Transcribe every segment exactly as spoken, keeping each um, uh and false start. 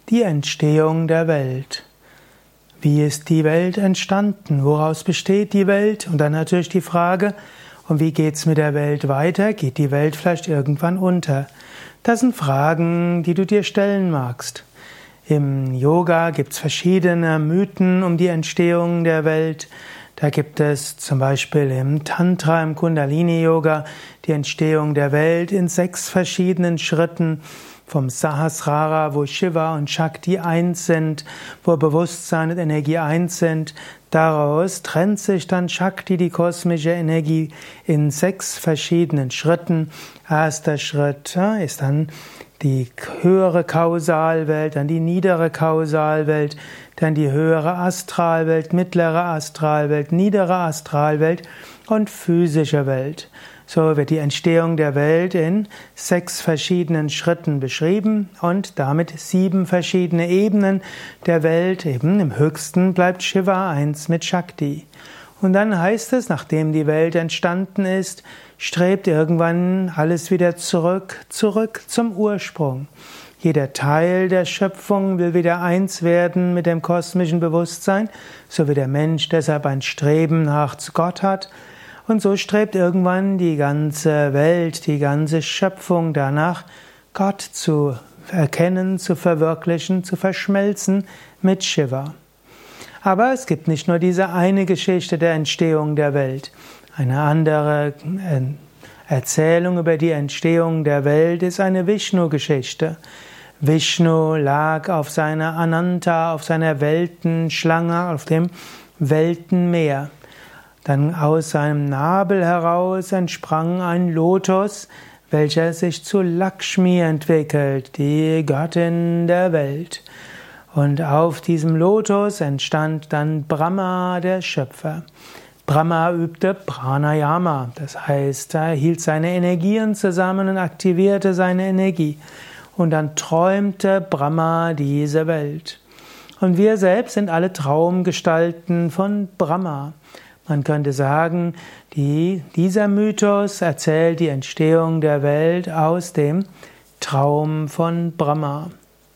Die Entstehung der Welt. Wie ist die Welt entstanden? Woraus besteht die Welt? Und dann natürlich die Frage, und wie geht's mit der Welt weiter? Geht die Welt vielleicht irgendwann unter? Das sind Fragen, die du dir stellen magst. Im Yoga gibt's verschiedene Mythen um die Entstehung der Welt. Da gibt es zum Beispiel im Tantra, im Kundalini-Yoga, die Entstehung der Welt in sechs verschiedenen Schritten. Vom Sahasrara, wo Shiva und Shakti eins sind, wo Bewusstsein und Energie eins sind. Daraus trennt sich dann Shakti, die kosmische Energie, in sechs verschiedenen Schritten. Erster Schritt ist dann die höhere Kausalwelt, dann die niedere Kausalwelt, dann die höhere Astralwelt, mittlere Astralwelt, niedere Astralwelt und physische Welt. So wird die Entstehung der Welt in sechs verschiedenen Schritten beschrieben und damit sieben verschiedene Ebenen der Welt. Eben im höchsten bleibt Shiva eins mit Shakti. Und dann heißt es, nachdem die Welt entstanden ist, strebt irgendwann alles wieder zurück, zurück zum Ursprung. Jeder Teil der Schöpfung will wieder eins werden mit dem kosmischen Bewusstsein, so wie der Mensch deshalb ein Streben nach Gott hat. Und so strebt irgendwann die ganze Welt, die ganze Schöpfung danach, Gott zu erkennen, zu verwirklichen, zu verschmelzen mit Shiva. Aber es gibt nicht nur diese eine Geschichte der Entstehung der Welt. Eine andere Erzählung über die Entstehung der Welt ist eine Vishnu-Geschichte. Vishnu lag auf seiner Ananta, auf seiner Weltenschlange, auf dem Weltenmeer. Dann aus seinem Nabel heraus entsprang ein Lotus, welcher sich zu Lakshmi entwickelt, die Göttin der Welt. Und auf diesem Lotus entstand dann Brahma, der Schöpfer. Brahma übte Pranayama, das heißt, er hielt seine Energien zusammen und aktivierte seine Energie. Und dann träumte Brahma diese Welt. Und wir selbst sind alle Traumgestalten von Brahma. Man könnte sagen, die, dieser Mythos erzählt die Entstehung der Welt aus dem Traum von Brahma.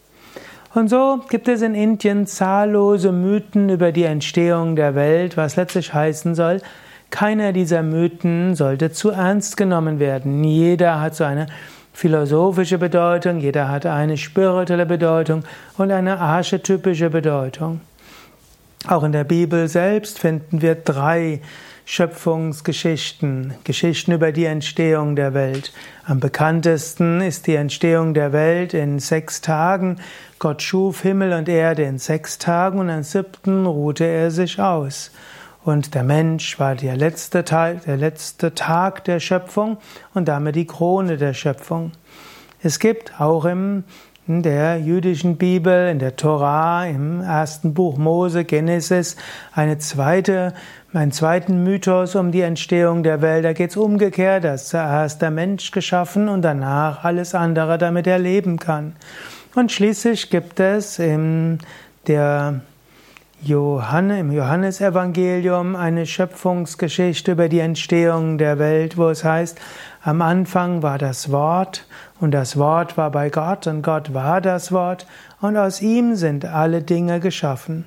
Und so gibt es in Indien zahllose Mythen über die Entstehung der Welt, was letztlich heißen soll, keiner dieser Mythen sollte zu ernst genommen werden. Jeder hat so eine philosophische Bedeutung, jeder hat eine spirituelle Bedeutung und eine archetypische Bedeutung. Auch in der Bibel selbst finden wir drei Schöpfungsgeschichten, Geschichten über die Entstehung der Welt. Am bekanntesten ist die Entstehung der Welt in sechs Tagen. Gott schuf Himmel und Erde in sechs Tagen und am siebten ruhte er sich aus. Und der Mensch war der letzte Teil, der letzte Tag der Schöpfung und damit die Krone der Schöpfung. Es gibt auch im In der jüdischen Bibel, in der Torah, im ersten Buch Mose, Genesis, eine zweite, einen zweiten Mythos um die Entstehung der Welt. Da geht es umgekehrt, da ist zuerst der Mensch geschaffen und danach alles andere, damit er leben kann. Und schließlich gibt es in der Johannes, im Johannesevangelium eine Schöpfungsgeschichte über die Entstehung der Welt, wo es heißt, am Anfang war das Wort und das Wort war bei Gott und Gott war das Wort und aus ihm sind alle Dinge geschaffen.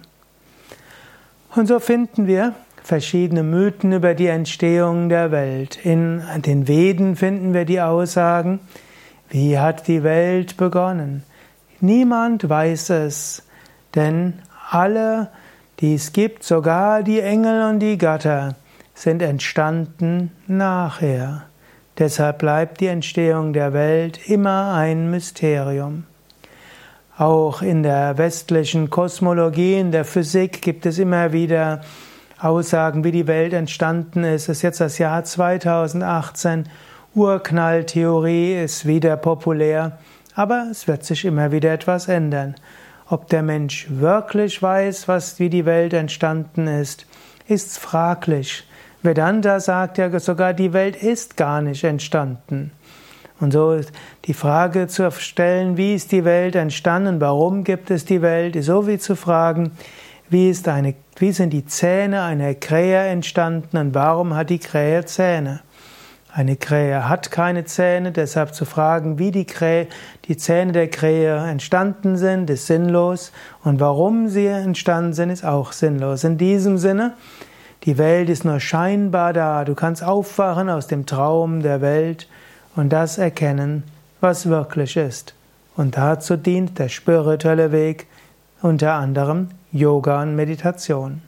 Und so finden wir verschiedene Mythen über die Entstehung der Welt. In den Veden finden wir die Aussagen, wie hat die Welt begonnen? Niemand weiß es, denn alle, die es gibt, sogar die Engel und die Götter, sind entstanden nachher. Deshalb bleibt die Entstehung der Welt immer ein Mysterium. Auch in der westlichen Kosmologie, in der Physik gibt es immer wieder Aussagen, wie die Welt entstanden ist. Es ist jetzt das Jahr zweitausendachtzehn. Urknalltheorie ist wieder populär, aber es wird sich immer wieder etwas ändern. Ob der Mensch wirklich weiß, was, wie die Welt entstanden ist, ist fraglich. Vedanta sagt ja sogar, die Welt ist gar nicht entstanden. Und so ist die Frage zu stellen, wie ist die Welt entstanden, warum gibt es die Welt, ist so wie zu fragen, wie, ist eine, wie sind die Zähne einer Krähe entstanden und warum hat die Krähe Zähne? Eine Krähe hat keine Zähne, deshalb zu fragen, wie die Krähe, die Zähne der Krähe entstanden sind, ist sinnlos. Und warum sie entstanden sind, ist auch sinnlos. In diesem Sinne, die Welt ist nur scheinbar da. Du kannst aufwachen aus dem Traum der Welt und das erkennen, was wirklich ist. Und dazu dient der spirituelle Weg, unter anderem Yoga und Meditation.